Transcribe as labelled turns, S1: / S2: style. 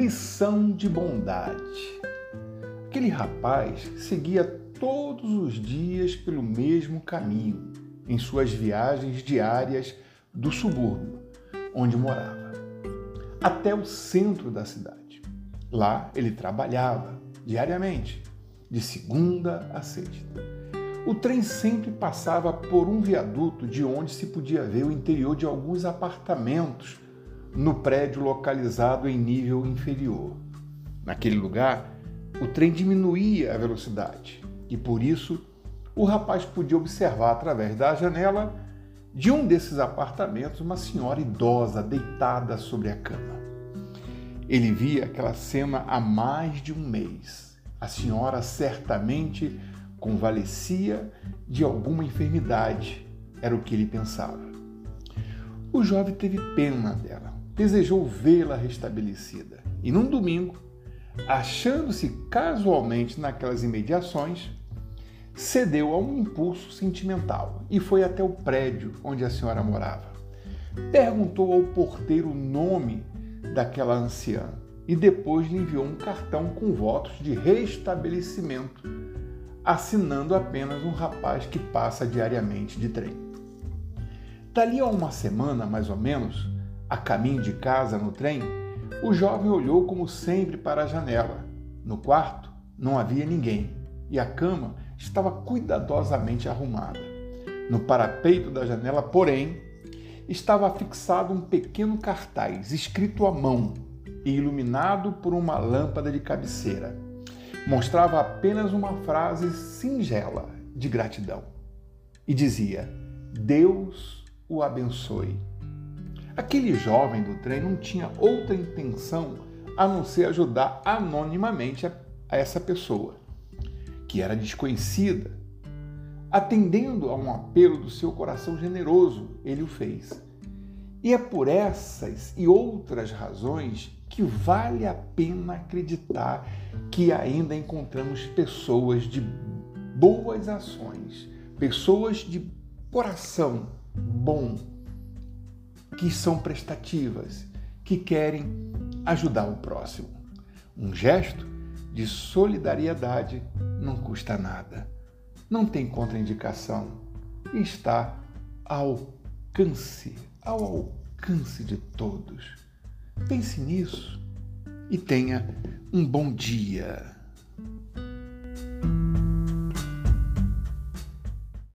S1: lição de bondade. Aquele rapaz seguia todos os dias pelo mesmo caminho, em suas viagens diárias do subúrbio, onde morava, até o centro da cidade. Lá ele trabalhava diariamente, de segunda a sexta. O trem sempre passava por um viaduto de onde se podia ver o interior de alguns apartamentos no prédio localizado em nível inferior. Naquele lugar, o trem diminuía a velocidade e, por isso, o rapaz podia observar através da janela de um desses apartamentos uma senhora idosa deitada sobre a cama. Ele via aquela cena há mais de um mês. A senhora certamente convalescia de alguma enfermidade, era o que ele pensava. O jovem teve pena dela, desejou vê-la restabelecida e, num domingo, achando-se casualmente naquelas imediações, cedeu a um impulso sentimental e foi até o prédio onde a senhora morava. Perguntou ao porteiro o nome daquela anciã e depois lhe enviou um cartão com votos de restabelecimento, assinando apenas um rapaz que passa diariamente de trem. Dali a uma semana, mais ou menos, a caminho de casa no trem, o jovem olhou como sempre para a janela. No quarto não havia ninguém e a cama estava cuidadosamente arrumada. No parapeito da janela, porém, estava fixado um pequeno cartaz escrito à mão e iluminado por uma lâmpada de cabeceira. Mostrava apenas uma frase singela de gratidão e dizia: Deus o abençoe. Aquele jovem do trem não tinha outra intenção a não ser ajudar anonimamente a essa pessoa, que era desconhecida. Atendendo a um apelo do seu coração generoso, ele o fez. E é por essas e outras razões que vale a pena acreditar que ainda encontramos pessoas de boas ações, pessoas de coração bom, que são prestativas, que querem ajudar o próximo. Um gesto de solidariedade não custa nada, não tem contraindicação e está ao alcance de todos. Pense nisso e tenha um bom dia.